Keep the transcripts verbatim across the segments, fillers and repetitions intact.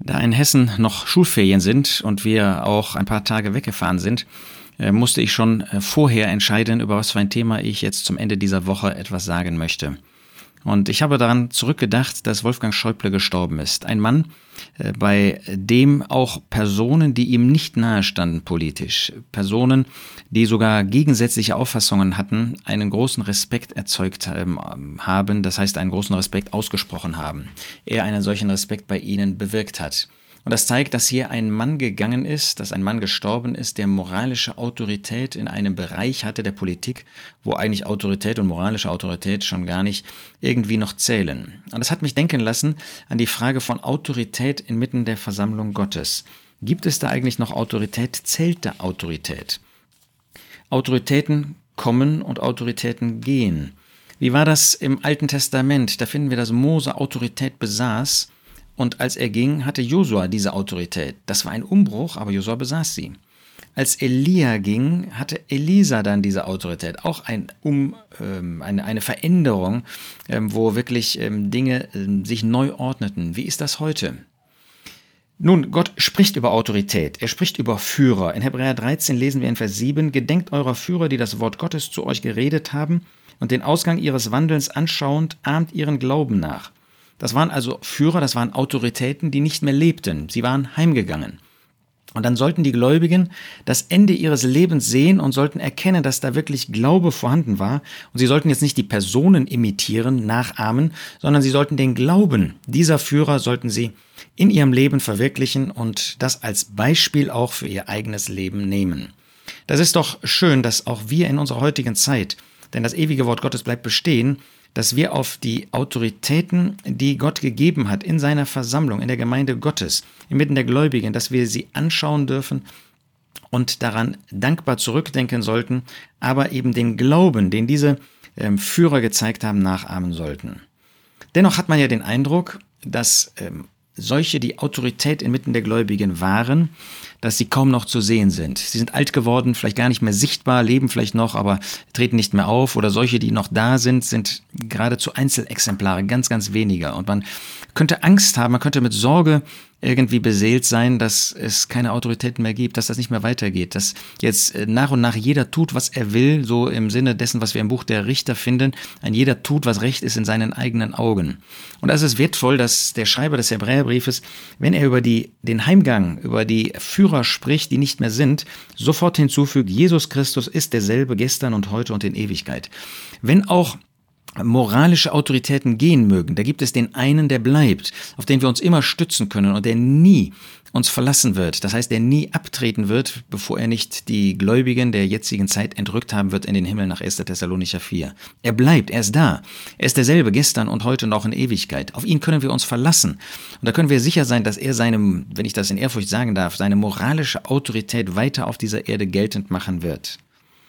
Da in Hessen noch Schulferien sind und wir auch ein paar Tage weggefahren sind, äh, musste ich schon äh, vorher entscheiden, über was für ein Thema ich jetzt zum Ende dieser Woche etwas sagen möchte. Und ich habe daran zurückgedacht, dass Wolfgang Schäuble gestorben ist. Ein Mann, äh, bei dem auch Personen, die ihm nicht nahestanden politisch, Personen, die sogar gegensätzliche Auffassungen hatten, einen großen Respekt erzeugt ähm, haben, das heißt einen großen Respekt ausgesprochen haben. Er einen solchen Respekt bei ihnen bewirkt hat. Und das zeigt, dass hier ein Mann gegangen ist, dass ein Mann gestorben ist, der moralische Autorität in einem Bereich hatte der Politik, wo eigentlich Autorität und moralische Autorität schon gar nicht irgendwie noch zählen. Und das hat mich denken lassen an die Frage von Autorität inmitten der Versammlung Gottes. Gibt es da eigentlich noch Autorität? Zählt da Autorität? Autoritäten kommen und Autoritäten gehen. Wie war das im Alten Testament? Da finden wir, dass Mose Autorität besaß. Und als er ging, hatte Josua diese Autorität. Das war ein Umbruch, aber Josua besaß sie. Als Elia ging, hatte Elisa dann diese Autorität. Auch ein um, ähm, eine, eine Veränderung, ähm, wo wirklich ähm, Dinge ähm, sich neu ordneten. Wie ist das heute? Nun, Gott spricht über Autorität. Er spricht über Führer. In Hebräer dreizehn lesen wir in Vers sieben, Gedenkt eurer Führer, die das Wort Gottes zu euch geredet haben, und den Ausgang ihres Wandelns anschauend, ahmt ihren Glauben nach. Das waren also Führer, das waren Autoritäten, die nicht mehr lebten. Sie waren heimgegangen. Und dann sollten die Gläubigen das Ende ihres Lebens sehen und sollten erkennen, dass da wirklich Glaube vorhanden war. Und sie sollten jetzt nicht die Personen imitieren, nachahmen, sondern sie sollten den Glauben dieser Führer sollten sie in ihrem Leben verwirklichen und das als Beispiel auch für ihr eigenes Leben nehmen. Das ist doch schön, dass auch wir in unserer heutigen Zeit, denn das ewige Wort Gottes bleibt bestehen, dass wir auf die Autoritäten, die Gott gegeben hat in seiner Versammlung, in der Gemeinde Gottes, inmitten der Gläubigen, dass wir sie anschauen dürfen und daran dankbar zurückdenken sollten, aber eben den Glauben, den diese ähm, Führer gezeigt haben, nachahmen sollten. Dennoch hat man ja den Eindruck, dass ähm, solche, die Autorität inmitten der Gläubigen waren, dass sie kaum noch zu sehen sind. Sie sind alt geworden, vielleicht gar nicht mehr sichtbar, leben vielleicht noch, aber treten nicht mehr auf. Oder solche, die noch da sind, sind geradezu Einzelexemplare, ganz, ganz weniger. Und man könnte Angst haben, man könnte mit Sorge irgendwie beseelt sein, dass es keine Autoritäten mehr gibt, dass das nicht mehr weitergeht, dass jetzt nach und nach jeder tut, was er will, so im Sinne dessen, was wir im Buch der Richter finden, ein jeder tut, was recht ist in seinen eigenen Augen. Und das ist wertvoll, dass der Schreiber des Hebräerbriefes, wenn er über die, den Heimgang, über die Führer spricht, die nicht mehr sind, sofort hinzufügt, Jesus Christus ist derselbe gestern und heute und in Ewigkeit. Wenn auch moralische Autoritäten gehen mögen, da gibt es den einen, der bleibt, auf den wir uns immer stützen können und der nie uns verlassen wird. Das heißt, der nie abtreten wird, bevor er nicht die Gläubigen der jetzigen Zeit entrückt haben wird in den Himmel nach erster Thessalonicher vier. Er bleibt, er ist da. Er ist derselbe gestern und heute und auch in Ewigkeit. Auf ihn können wir uns verlassen. Und da können wir sicher sein, dass er seine, wenn ich das in Ehrfurcht sagen darf, seine moralische Autorität weiter auf dieser Erde geltend machen wird.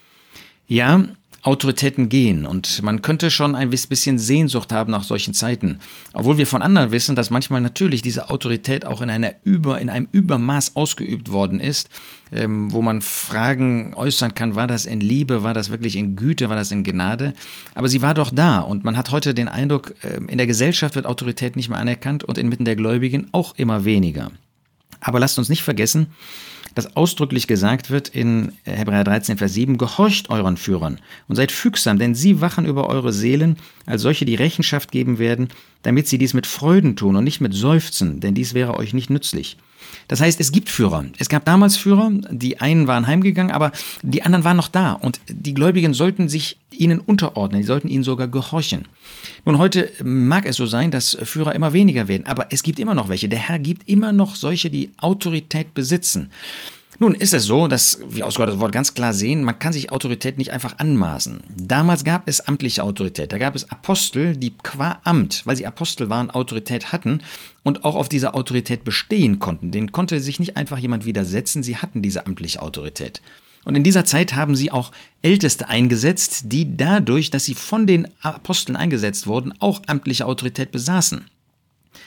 Ja, Autoritäten gehen und man könnte schon ein bisschen Sehnsucht haben nach solchen Zeiten, obwohl wir von anderen wissen, dass manchmal natürlich diese Autorität auch in einer Über, in einem Übermaß ausgeübt worden ist, ähm, wo man Fragen äußern kann, war das in Liebe, war das wirklich in Güte, war das in Gnade, aber sie war doch da und man hat heute den Eindruck, äh, in der Gesellschaft wird Autorität nicht mehr anerkannt und inmitten der Gläubigen auch immer weniger. Aber lasst uns nicht vergessen, dass ausdrücklich gesagt wird in Hebräer dreizehn, Vers sieben, gehorcht euren Führern und seid fügsam, denn sie wachen über eure Seelen, als solche, die Rechenschaft geben werden, damit sie dies mit Freuden tun und nicht mit Seufzen, denn dies wäre euch nicht nützlich. Das heißt, es gibt Führer. Es gab damals Führer, die einen waren heimgegangen, aber die anderen waren noch da und die Gläubigen sollten sich ihnen unterordnen, die sollten ihnen sogar gehorchen. Nun, heute mag es so sein, dass Führer immer weniger werden, aber es gibt immer noch welche. Der Herr gibt immer noch solche, die Autorität besitzen. Nun ist es so, dass wir aus Gottes Wort ganz klar sehen, man kann sich Autorität nicht einfach anmaßen. Damals gab es amtliche Autorität, da gab es Apostel, die qua Amt, weil sie Apostel waren, Autorität hatten und auch auf dieser Autorität bestehen konnten. Denen konnte sich nicht einfach jemand widersetzen, sie hatten diese amtliche Autorität. Und in dieser Zeit haben sie auch Älteste eingesetzt, die dadurch, dass sie von den Aposteln eingesetzt wurden, auch amtliche Autorität besaßen.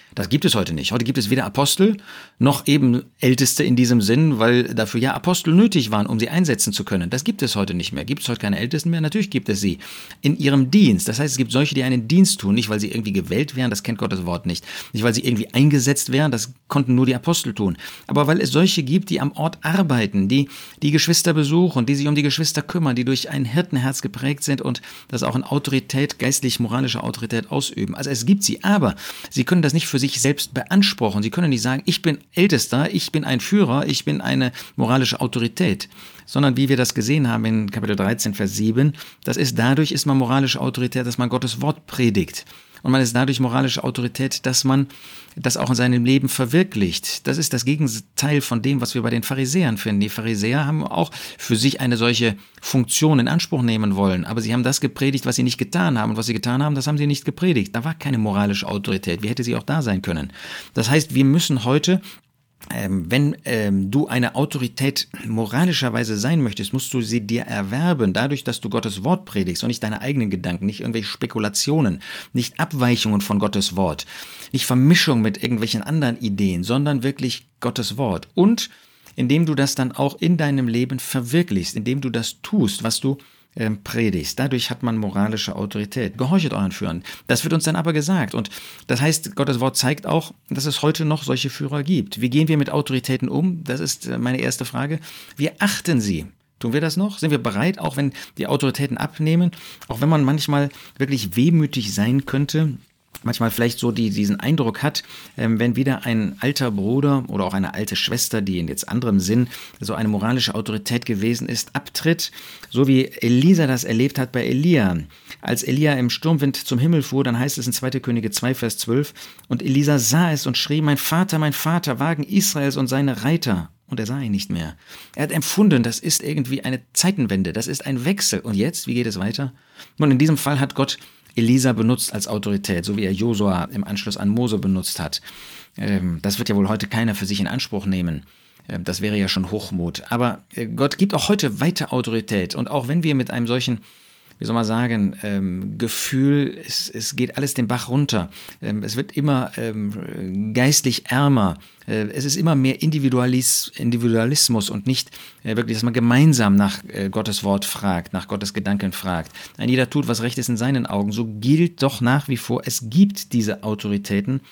Das gibt es heute nicht. Heute gibt es weder Apostel noch eben Älteste in diesem Sinn, weil dafür ja Apostel nötig waren, um sie einsetzen zu können. Das gibt es heute nicht mehr. Gibt es heute keine Ältesten mehr? Natürlich gibt es sie. In ihrem Dienst. Das heißt, es gibt solche, die einen Dienst tun, nicht weil sie irgendwie gewählt wären, das kennt Gottes Wort nicht. Nicht weil sie irgendwie eingesetzt wären, das konnten nur die Apostel tun. Aber weil es solche gibt, die am Ort arbeiten, die die Geschwister besuchen, die sich um die Geschwister kümmern, die durch ein Hirtenherz geprägt sind und das auch in Autorität, geistlich-moralische Autorität ausüben. Also es gibt sie, aber sie können das nicht für sich selbst beanspruchen. Sie können nicht sagen, ich bin Ältester, ich bin ein Führer, ich bin eine moralische Autorität. Sondern wie wir das gesehen haben in Kapitel dreizehn, Vers sieben, das ist, dadurch ist man moralische Autorität, dass man Gottes Wort predigt. Und man ist dadurch moralische Autorität, dass man das auch in seinem Leben verwirklicht. Das ist das Gegenteil von dem, was wir bei den Pharisäern finden. Die Pharisäer haben auch für sich eine solche Funktion in Anspruch nehmen wollen. Aber sie haben das gepredigt, was sie nicht getan haben. Und was sie getan haben, das haben sie nicht gepredigt. Da war keine moralische Autorität. Wie hätte sie auch da sein können? Das heißt, wir müssen heute Ähm, wenn ähm, du eine Autorität moralischerweise sein möchtest, musst du sie dir erwerben, dadurch, dass du Gottes Wort predigst und nicht deine eigenen Gedanken, nicht irgendwelche Spekulationen, nicht Abweichungen von Gottes Wort, nicht Vermischung mit irgendwelchen anderen Ideen, sondern wirklich Gottes Wort. Und indem du das dann auch in deinem Leben verwirklichst, indem du das tust, was du ähm, predigst. Dadurch hat man moralische Autorität. Gehorchet euren Führern. Das wird uns dann aber gesagt. Und das heißt, Gottes Wort zeigt auch, dass es heute noch solche Führer gibt. Wie gehen wir mit Autoritäten um? Das ist meine erste Frage. Wir achten sie. Tun wir das noch? Sind wir bereit, auch wenn die Autoritäten abnehmen, auch wenn man manchmal wirklich wehmütig sein könnte, manchmal vielleicht so die, diesen Eindruck hat, ähm, wenn wieder ein alter Bruder oder auch eine alte Schwester, die in jetzt anderem Sinn so eine moralische Autorität gewesen ist, abtritt, so wie Elisa das erlebt hat bei Elia. Als Elia im Sturmwind zum Himmel fuhr, dann heißt es in zweiter Könige zwei, Vers zwölf, und Elisa sah es und schrie, mein Vater, mein Vater, Wagen Israels und seine Reiter. Und er sah ihn nicht mehr. Er hat empfunden, das ist irgendwie eine Zeitenwende, das ist ein Wechsel. Und jetzt, wie geht es weiter? Nun, in diesem Fall hat Gott Elisa benutzt als Autorität, so wie er Josua im Anschluss an Mose benutzt hat. Das wird ja wohl heute keiner für sich in Anspruch nehmen. Das wäre ja schon Hochmut. Aber Gott gibt auch heute weiter Autorität. Und auch wenn wir mit einem solchen, wie soll man sagen, ähm, Gefühl, es, es geht alles den Bach runter. Ähm, es wird immer ähm, geistlich ärmer. Äh, es ist immer mehr Individualis, Individualismus und nicht äh, wirklich, dass man gemeinsam nach äh, Gottes Wort fragt, nach Gottes Gedanken fragt. Ein jeder tut, was recht ist in seinen Augen. So gilt doch nach wie vor, es gibt diese Autoritäten.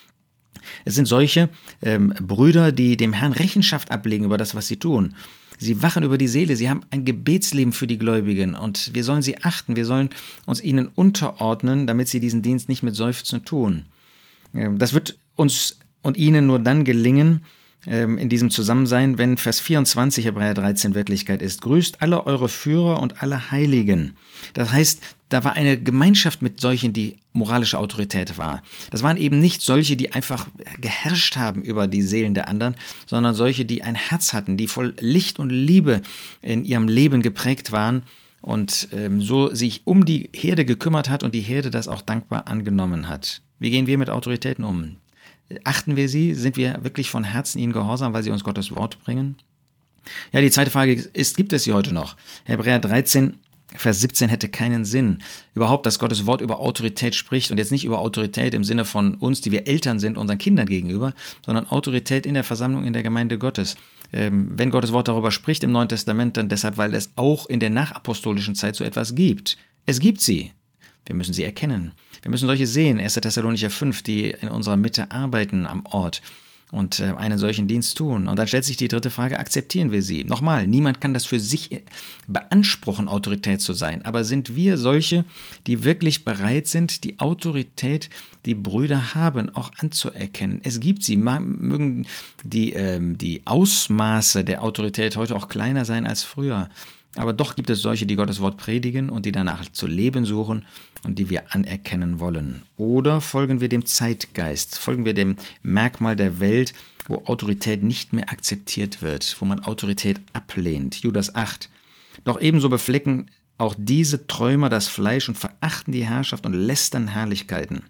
Es sind solche ähm, Brüder, die dem Herrn Rechenschaft ablegen über das, was sie tun. Sie wachen über die Seele, sie haben ein Gebetsleben für die Gläubigen und wir sollen sie achten, wir sollen uns ihnen unterordnen, damit sie diesen Dienst nicht mit Seufzen tun. Das wird uns und ihnen nur dann gelingen, in diesem Zusammensein, wenn Vers vierundzwanzig Hebräer dreizehn Wirklichkeit ist. Grüßt alle eure Führer und alle Heiligen. Das heißt, da war eine Gemeinschaft mit solchen, die moralische Autorität war. Das waren eben nicht solche, die einfach geherrscht haben über die Seelen der anderen, sondern solche, die ein Herz hatten, die voll Licht und Liebe in ihrem Leben geprägt waren und ähm, so sich um die Herde gekümmert hat und die Herde das auch dankbar angenommen hat. Wie gehen wir mit Autoritäten um? Achten wir sie? Sind wir wirklich von Herzen ihnen gehorsam, weil sie uns Gottes Wort bringen? Ja, die zweite Frage ist, gibt es sie heute noch? Hebräer dreizehn, Vers siebzehn hätte keinen Sinn. Überhaupt, dass Gottes Wort über Autorität spricht und jetzt nicht über Autorität im Sinne von uns, die wir Eltern sind, unseren Kindern gegenüber, sondern Autorität in der Versammlung, in der Gemeinde Gottes. Ähm, wenn Gottes Wort darüber spricht im Neuen Testament, dann deshalb, weil es auch in der nachapostolischen Zeit so etwas gibt. Es gibt sie. Wir müssen sie erkennen. Wir müssen solche sehen, erster Thessalonicher fünf, die in unserer Mitte arbeiten am Ort und äh, einen solchen Dienst tun. Und dann stellt sich die dritte Frage, akzeptieren wir sie? Nochmal, niemand kann das für sich beanspruchen, Autorität zu sein. Aber sind wir solche, die wirklich bereit sind, die Autorität, die Brüder haben, auch anzuerkennen? Es gibt sie. Mögen die, ähm, die Ausmaße der Autorität heute auch kleiner sein als früher. Aber doch gibt es solche, die Gottes Wort predigen und die danach zu leben suchen und die wir anerkennen wollen. Oder folgen wir dem Zeitgeist, folgen wir dem Merkmal der Welt, wo Autorität nicht mehr akzeptiert wird, wo man Autorität ablehnt. Judas acht. Doch ebenso beflecken auch diese Träumer das Fleisch und verachten die Herrschaft und lästern Herrlichkeiten.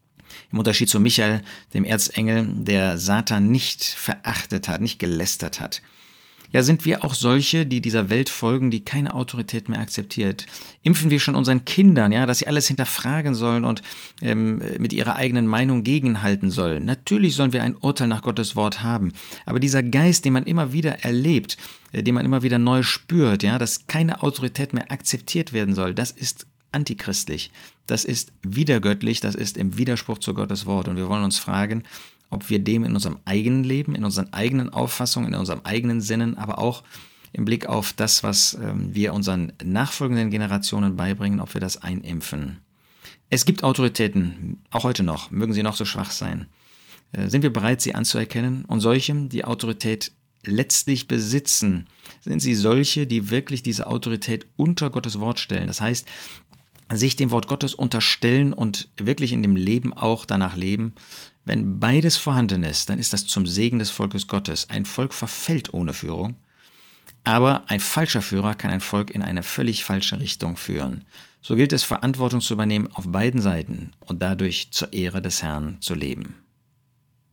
Im Unterschied zu Michael, dem Erzengel, der Satan nicht verachtet hat, nicht gelästert hat. Ja, sind wir auch solche, die dieser Welt folgen, die keine Autorität mehr akzeptiert? Impfen wir schon unseren Kindern, ja, dass sie alles hinterfragen sollen und ähm, mit ihrer eigenen Meinung gegenhalten sollen? Natürlich sollen wir ein Urteil nach Gottes Wort haben, aber dieser Geist, den man immer wieder erlebt, äh, den man immer wieder neu spürt, ja, dass keine Autorität mehr akzeptiert werden soll, das ist antichristlich, das ist widergöttlich, das ist im Widerspruch zu Gottes Wort. Und wir wollen uns fragen, ob wir dem in unserem eigenen Leben, in unseren eigenen Auffassungen, in unserem eigenen Sinnen, aber auch im Blick auf das, was ähm, wir unseren nachfolgenden Generationen beibringen, ob wir das einimpfen. Es gibt Autoritäten, auch heute noch, mögen sie noch so schwach sein. Äh, sind wir bereit, sie anzuerkennen? Und solche, die Autorität letztlich besitzen, sind sie solche, die wirklich diese Autorität unter Gottes Wort stellen. Das heißt, sich dem Wort Gottes unterstellen und wirklich in dem Leben auch danach leben. Wenn beides vorhanden ist, dann ist das zum Segen des Volkes Gottes. Ein Volk verfällt ohne Führung, aber ein falscher Führer kann ein Volk in eine völlig falsche Richtung führen. So gilt es, Verantwortung zu übernehmen auf beiden Seiten und dadurch zur Ehre des Herrn zu leben.